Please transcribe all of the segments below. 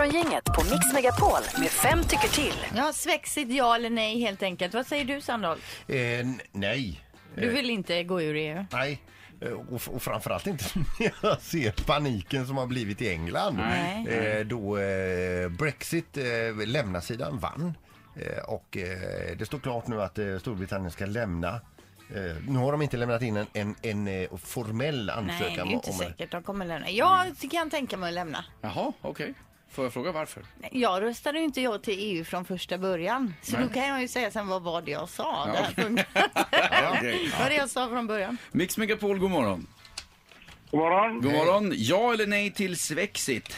Morgongänget på Mix Megapol med 5 tycker till. Ja, svexigt ja eller nej helt enkelt. Vad säger du, Sandholt? Nej. Du vill inte gå ur EU? Nej. Och framförallt inte när jag ser paniken som har blivit i England. Då Brexit lämnarsidan vann. Och det står klart nu att Storbritannien ska lämna. Nu har de inte lämnat in en formell ansökan. Nej, inte säkert. De kommer lämna. Jag kan tänka mig att lämna. Jaha, okej. Får jag fråga varför? Jag röstade ju inte jag till EU från första början. Så då kan jag ju säga sen vad var det jag sa. Det här funkar. Vad var det jag sa från början? Mix Megapol, god morgon. God morgon. God morgon. Ja eller nej till svexit?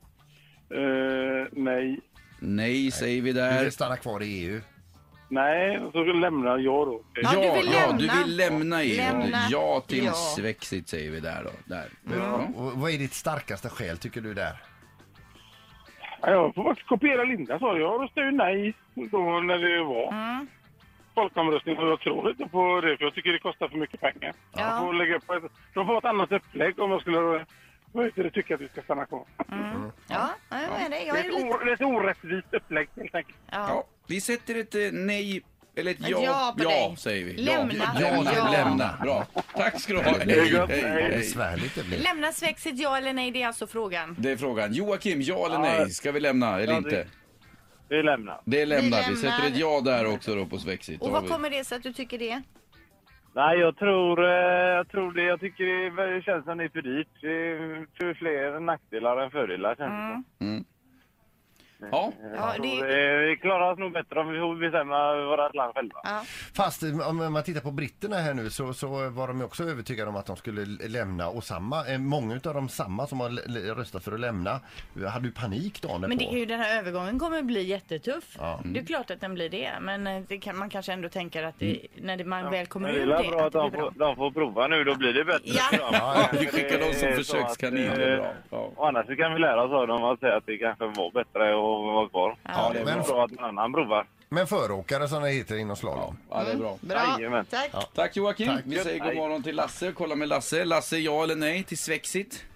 Nej. Nej, säger vi Du där. vill stanna kvar i EU. Nej, så lämnar jag då. Ja, du vill lämna. Du vill lämna EU. Lämna. Ja till Ja. svexit, säger vi där då. Där. Och vad är ditt starkaste skäl tycker du där? Ja, jag får faktiskt kopiera Linda, så jag röstade ju nej då när det var folkomröstning, och jag tror inte på det, för jag tycker det kostar för mycket pengar. Ja. Jag får lägga upp de får ett annat upplägg om jag skulle tycka att vi ska stanna kvar. Ja, jag är det. Jag Det är är lite... ett orättvist upplägg helt enkelt. Ja, vi sätter ett nej eller ett Ett ja. ja på dig. Säger vi. Lämna. Ja. Ja. Lämna. Bra. Tack ska du ha. Det är gott. Hej, Vad hej. besvärligt det blir. Lämna svexigt ja eller nej, det är alltså frågan. Det är frågan. Joakim, ja eller nej? Ska vi lämna eller Ja, inte? Vi lämnar. Det lämnar vi. lämnar. Sätter ett ja där också då på svexit. Och vad kommer det så att du tycker det? Nej, jag tror det. Jag tycker det känns som det är för dyrt. Det är för fler nackdelar än fördelar, känns det som. Ja. Ja, det... Vi klarar oss nog bättre om vi får bestämma vårt land själva. Ja. Fast om man tittar på britterna här nu så var de också övertygade om att de skulle lämna. Och många av de samma som har röstat för att lämna hade ju panik dagen Men det är på. ju, den här övergången kommer bli jättetuff. Ja. Det är klart att den blir det. Men det kan, man kanske ändå tänker att det, när man väl kommer Men det ur är det, bra att det blir bra. de får prova nu, då blir det bättre. Ja. Vi skickar dem som försökskaniner. Det är bra. Ja. Och annars så kan vi lära oss av dem att säga att det kanske var bättre att vara kvar. Ja, det är men- bra att någon annan provar. Men föråkare som det heter inom slalom. Ja, det är bra. Bra, Jajamän. tack. Tack Joakim. Tack. Vi säger god morgon till Lasse. Kolla med Lasse. Lasse, ja eller nej till svexit?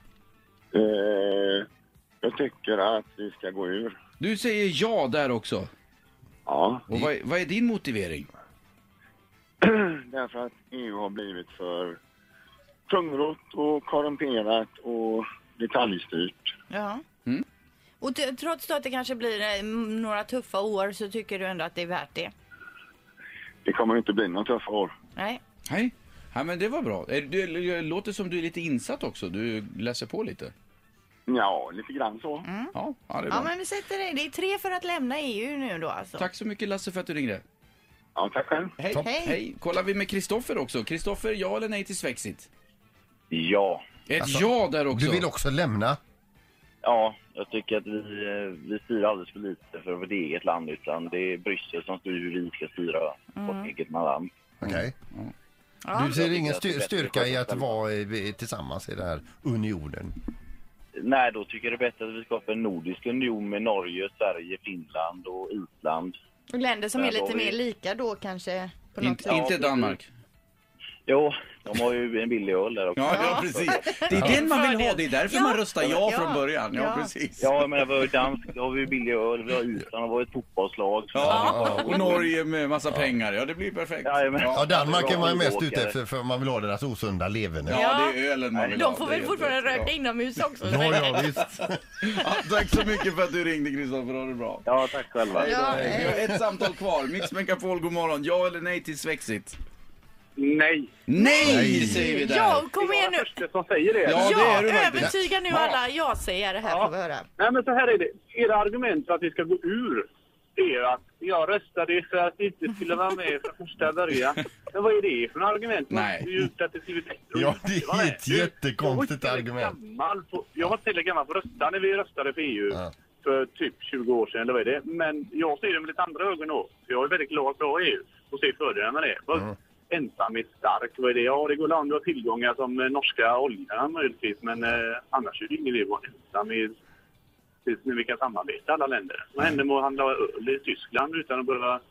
Jag tycker att vi ska gå ur. Du säger ja där också. Ja, Och vad är din motivering? därför att EU har blivit för tungrott och korrumperat och detaljstyrt. Ja. Mm. Och trots då att det kanske blir några tuffa år så tycker du ändå att det är värt det? Det kommer inte bli någon tuffa år. Nej. Hej. Ja, men det var bra. Det låter som du är lite insatt också. Du läser på lite. Ja, lite grann så. Ja, det är Ja, bra. men vi sätter det. Det är 3 för att lämna EU nu då alltså. Tack så mycket Lasse för att du ringde. Ja, tack själv. Hej. Topp. Hej. Kollar vi med Kristoffer också. Kristoffer, ja eller nej till svexit? Ja. Ett ja där också. Du vill också lämna. Ja, jag tycker att vi styr alldeles för lite för vårt eget land, utan det är Bryssel som styr hur vi ska styra vårt eget land. Okej. Ja. Du ser ingen Jag tycker att det är styrka bättre i att själva. vara tillsammans i den här unionen. Nej, då tycker jag det är bättre att vi skapar en nordisk union med Norge, Sverige, Finland och Island. Och länder som Där är lite har vi- mer lika då kanske på något sätt. Inte Danmark. Jo, de har ju en billig öl där också. Ja, precis. Det är den man vill ha. Det är därför Ja. man röstar ja från Ja. början. Ja, Ja. precis. Ja, men vi har ju dansk, då har vi billig öl, vi har Island, vi har ett fotbollslag. Ja, och Norge med massa pengar. Ja, det blir perfekt. Jajamän. Ja, Danmark är man ju Bra mest åkare. ute efter för man vill ha deras osunda leverne. Ja, det är ölen man vill ha. De får Det är väl fortfarande helt rätt. röka inomhus också? Ja, visst. Ja, tack så mycket för att du ringde, Kristoffer. Ha det bra. Ja, tack själva. Ja, Vi har ett samtal kvar. Mix Megapol, god morgon. Ja eller nej till svexit? Nej. Nej, säger vi där. Ja, kom igen nu. Första som säger det. Ja, det är du Ja, faktiskt. övertyga nu alla ja-sägare här får vi höra. Nej, men så här är det. Era argument för att vi ska gå ur är att jag röstade för att vi inte skulle vara med från första början. Men vad är det för en argument? Nej. Man gjort att det skulle bli bättre. Ja, det är ett jättekonstigt argument. Jag var inte tillräckligt gammal för att rösta när vi röstade för EU Ja. för typ 20 år sedan, eller vad är det? Men jag ser det med lite andra ögon då. Jag är väldigt glad för EU och ser fördelarna med det. Ensam är stark, vad är det? Ja, det går an att ha tillgångar som norska oljan möjligtvis, men annars är det ingen idé att vara ensam när vi kan samarbeta alla länder. Vad händer med att handla öl i Tyskland utan att behöva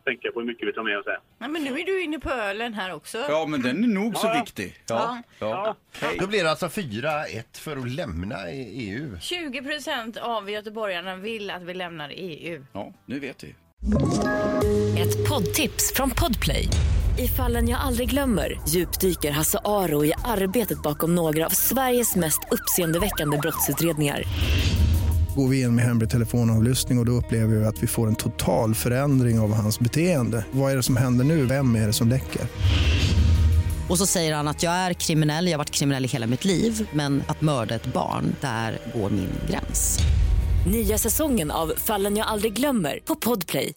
tänka på hur mycket vi tar med oss här. Nej, men nu är du inne på ölen här också. Ja, men den är nog så viktig. Ja. Då blir det alltså 4-1 för att lämna EU. 20% av göteborgarna vill att vi lämnar EU. Ja, nu vet vi. Ett poddtips från Podplay. I Fallen jag aldrig glömmer djupdyker Hasse Aro i arbetet bakom några av Sveriges mest uppseendeväckande brottsutredningar. Går vi in med hemlig telefonavlyssning och då upplever vi att vi får en total förändring av hans beteende. Vad är det som händer nu? Vem är det som läcker? Och så säger han att jag är kriminell, jag har varit kriminell i hela mitt liv. Men att mörda ett barn, där går min gräns. Nya säsongen av Fallen jag aldrig glömmer på Podplay.